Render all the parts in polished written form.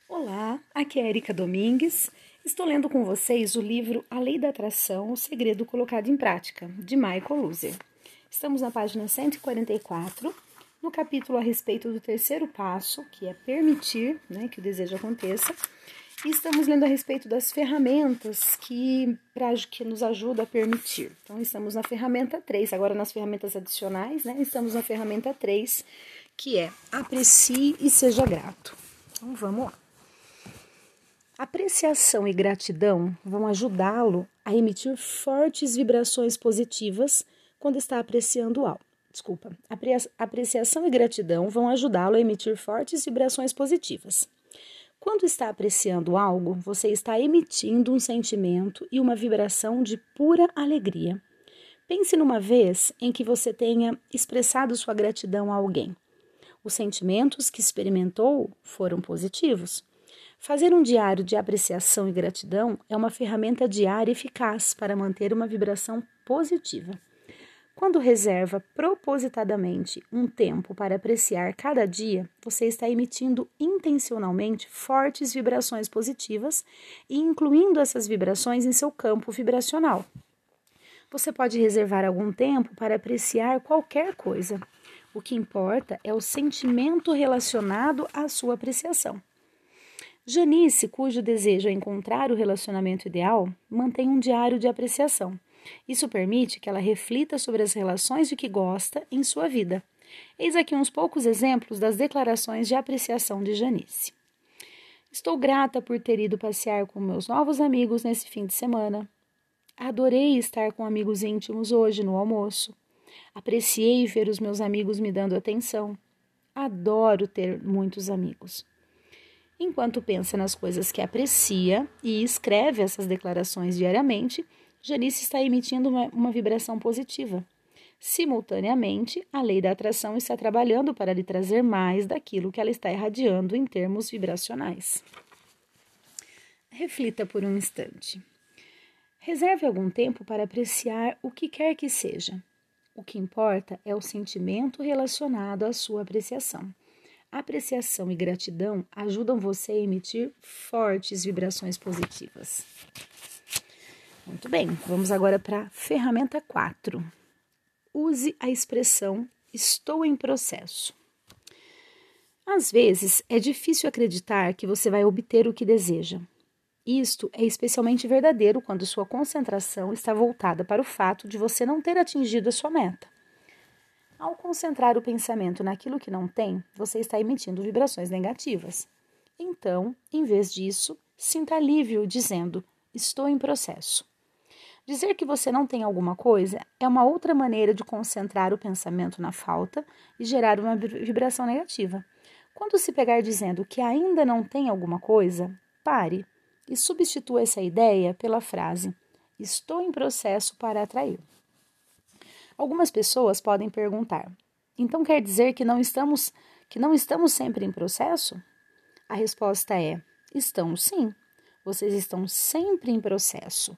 Olá, aqui é Erika Domingues. Estou lendo com vocês o livro A Lei da Atração, o Segredo Colocado em Prática, de Michael Loser. Estamos na página 144, no capítulo a respeito do terceiro passo, que é permitir, que o desejo aconteça. E estamos lendo a respeito das ferramentas que nos ajudam a permitir. Então, estamos na ferramenta 3, agora nas ferramentas adicionais, estamos na ferramenta 3, que é aprecie e seja grato. Então, vamos lá. Apreciação e gratidão vão ajudá-lo a emitir fortes vibrações positivas quando está apreciando algo. Apreciação e gratidão vão ajudá-lo a emitir fortes vibrações positivas. Quando está apreciando algo, você está emitindo um sentimento e uma vibração de pura alegria. Pense numa vez em que você tenha expressado sua gratidão a alguém. Os sentimentos que experimentou foram positivos. Fazer um diário de apreciação e gratidão é uma ferramenta diária eficaz para manter uma vibração positiva. Quando reserva propositadamente um tempo para apreciar cada dia, você está emitindo intencionalmente fortes vibrações positivas e incluindo essas vibrações em seu campo vibracional. Você pode reservar algum tempo para apreciar qualquer coisa. O que importa é o sentimento relacionado à sua apreciação. Janice, cujo desejo é encontrar o relacionamento ideal, mantém um diário de apreciação. Isso permite que ela reflita sobre as relações de que gosta em sua vida. Eis aqui uns poucos exemplos das declarações de apreciação de Janice. Estou grata por ter ido passear com meus novos amigos nesse fim de semana. Adorei estar com amigos íntimos hoje no almoço. Apreciei ver os meus amigos me dando atenção. Adoro ter muitos amigos. Enquanto pensa nas coisas que aprecia e escreve essas declarações diariamente, Janice está emitindo uma vibração positiva. Simultaneamente, a lei da atração está trabalhando para lhe trazer mais daquilo que ela está irradiando em termos vibracionais. Reflita por um instante. Reserve algum tempo para apreciar o que quer que seja. O que importa é o sentimento relacionado à sua apreciação. Apreciação e gratidão ajudam você a emitir fortes vibrações positivas. Muito bem, vamos agora para a ferramenta 4. Use a expressão estou em processo. Às vezes, é difícil acreditar que você vai obter o que deseja. Isto é especialmente verdadeiro quando sua concentração está voltada para o fato de você não ter atingido a sua meta. Ao concentrar o pensamento naquilo que não tem, você está emitindo vibrações negativas. Então, em vez disso, sinta alívio dizendo, estou em processo. Dizer que você não tem alguma coisa é uma outra maneira de concentrar o pensamento na falta e gerar uma vibração negativa. Quando se pegar dizendo que ainda não tem alguma coisa, pare e substitua essa ideia pela frase, estou em processo para atrair. Algumas pessoas podem perguntar, então quer dizer que não estamos sempre em processo? A resposta é, estão sim, vocês estão sempre em processo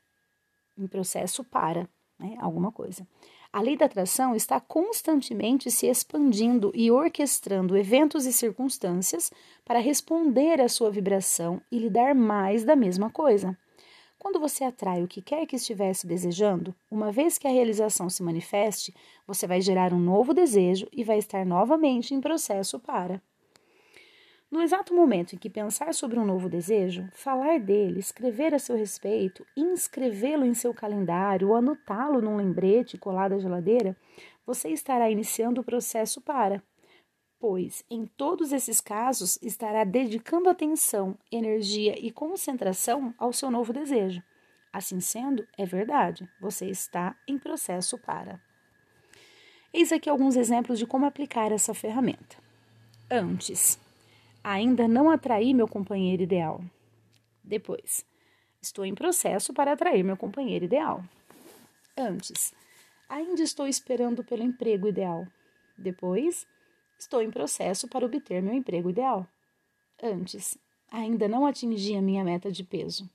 para alguma coisa. A lei da atração está constantemente se expandindo e orquestrando eventos e circunstâncias para responder à sua vibração e lhe dar mais da mesma coisa. Quando você atrai o que quer que estivesse desejando, uma vez que a realização se manifeste, você vai gerar um novo desejo e vai estar novamente em processo para. No exato momento em que pensar sobre um novo desejo, falar dele, escrever a seu respeito, inscrevê-lo em seu calendário ou anotá-lo num lembrete colado à geladeira, você estará iniciando o processo para. Pois, em todos esses casos, estará dedicando atenção, energia e concentração ao seu novo desejo. Assim sendo, é verdade, você está em processo para. Eis aqui alguns exemplos de como aplicar essa ferramenta. Antes, ainda não atraí meu companheiro ideal. Depois, estou em processo para atrair meu companheiro ideal. Antes, ainda estou esperando pelo emprego ideal. Depois, estou em processo para obter meu emprego ideal. Antes, ainda não atingi a minha meta de peso.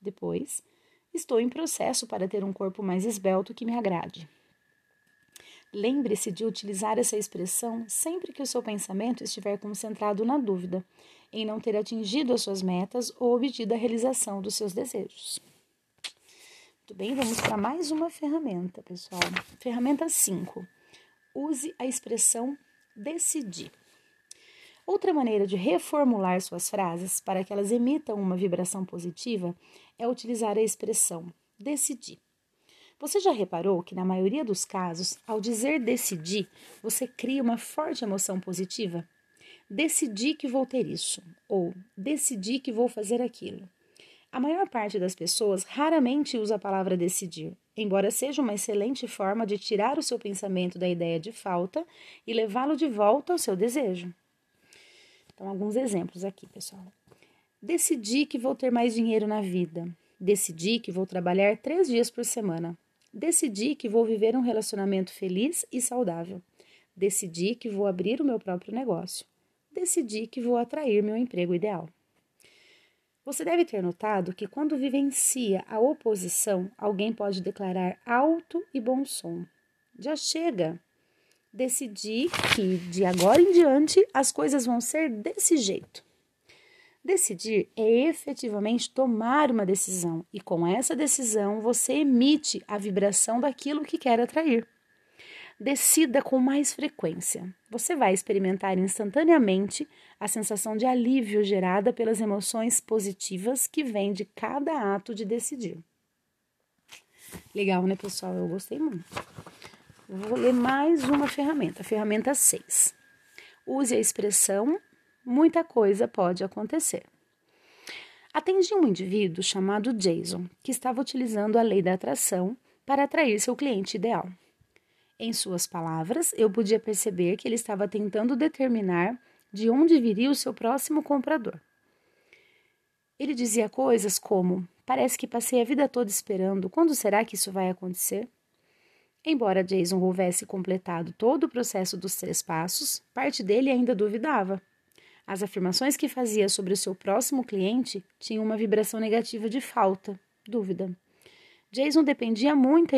Depois, estou em processo para ter um corpo mais esbelto que me agrade. Lembre-se de utilizar essa expressão sempre que o seu pensamento estiver concentrado na dúvida, em não ter atingido as suas metas ou obtido a realização dos seus desejos. Muito bem, vamos para mais uma ferramenta, pessoal. Ferramenta 5. Use a expressão decidir. Outra maneira de reformular suas frases para que elas emitam uma vibração positiva é utilizar a expressão decidir. Você já reparou que, na maioria dos casos, ao dizer decidir, você cria uma forte emoção positiva? Decidi que vou ter isso, ou decidi que vou fazer aquilo. A maior parte das pessoas raramente usa a palavra decidir, embora seja uma excelente forma de tirar o seu pensamento da ideia de falta e levá-lo de volta ao seu desejo. Então, alguns exemplos aqui, pessoal. Decidi que vou ter mais dinheiro na vida. Decidi que vou trabalhar 3 dias por semana. Decidi que vou viver um relacionamento feliz e saudável. Decidi que vou abrir o meu próprio negócio. Decidi que vou atrair meu emprego ideal. Você deve ter notado que quando vivencia a oposição, alguém pode declarar alto e bom som: já chega! Decidi que, de agora em diante, as coisas vão ser desse jeito. Decidir é efetivamente tomar uma decisão e, com essa decisão, você emite a vibração daquilo que quer atrair. Decida com mais frequência. Você vai experimentar instantaneamente a sensação de alívio gerada pelas emoções positivas que vêm de cada ato de decidir. Legal, né, pessoal? Eu gostei muito. Vou ler mais uma ferramenta, ferramenta 6. Use a expressão muita coisa pode acontecer. Atendi um indivíduo chamado Jason, que estava utilizando a lei da atração para atrair seu cliente ideal. Em suas palavras, eu podia perceber que ele estava tentando determinar de onde viria o seu próximo comprador. Ele dizia coisas como: parece que passei a vida toda esperando, quando será que isso vai acontecer? Embora Jason houvesse completado todo o processo dos 3 passos, parte dele ainda duvidava. As afirmações que fazia sobre o seu próximo cliente tinham uma vibração negativa de falta, dúvida. Jason despendia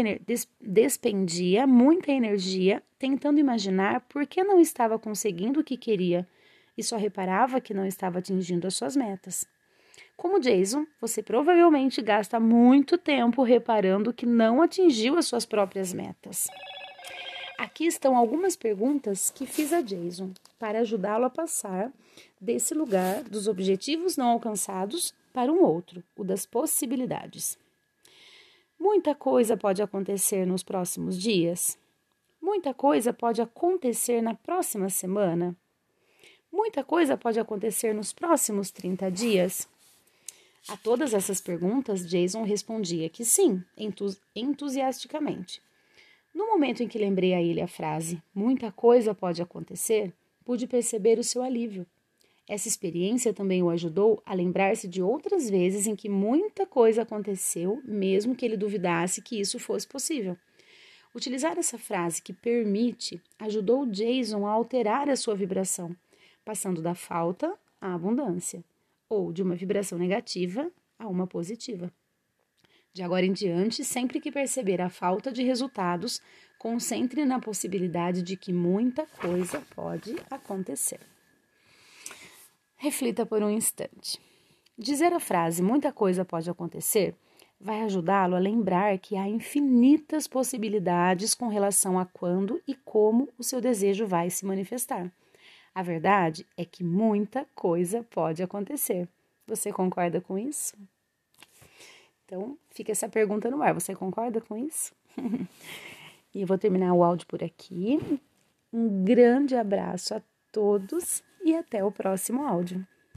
muita energia tentando imaginar por que não estava conseguindo o que queria e só reparava que não estava atingindo as suas metas. Como Jason, você provavelmente gasta muito tempo reparando que não atingiu as suas próprias metas. Aqui estão algumas perguntas que fiz a Jason para ajudá-lo a passar desse lugar dos objetivos não alcançados para um outro, o das possibilidades. Muita coisa pode acontecer nos próximos dias. Muita coisa pode acontecer na próxima semana. Muita coisa pode acontecer nos próximos 30 dias. A todas essas perguntas, Jason respondia que sim, entusiasticamente. No momento em que lembrei a ele a frase muita coisa pode acontecer, pude perceber o seu alívio. Essa experiência também o ajudou a lembrar-se de outras vezes em que muita coisa aconteceu, mesmo que ele duvidasse que isso fosse possível. Utilizar essa frase que permite ajudou Jason a alterar a sua vibração, passando da falta à abundância, ou de uma vibração negativa a uma positiva. De agora em diante, sempre que perceber a falta de resultados, concentre na possibilidade de que muita coisa pode acontecer. Reflita por um instante. Dizer a frase muita coisa pode acontecer vai ajudá-lo a lembrar que há infinitas possibilidades com relação a quando e como o seu desejo vai se manifestar. A verdade é que muita coisa pode acontecer. Você concorda com isso? Então, fica essa pergunta no ar. Você concorda com isso? E eu vou terminar o áudio por aqui. Um grande abraço a todos e até o próximo áudio.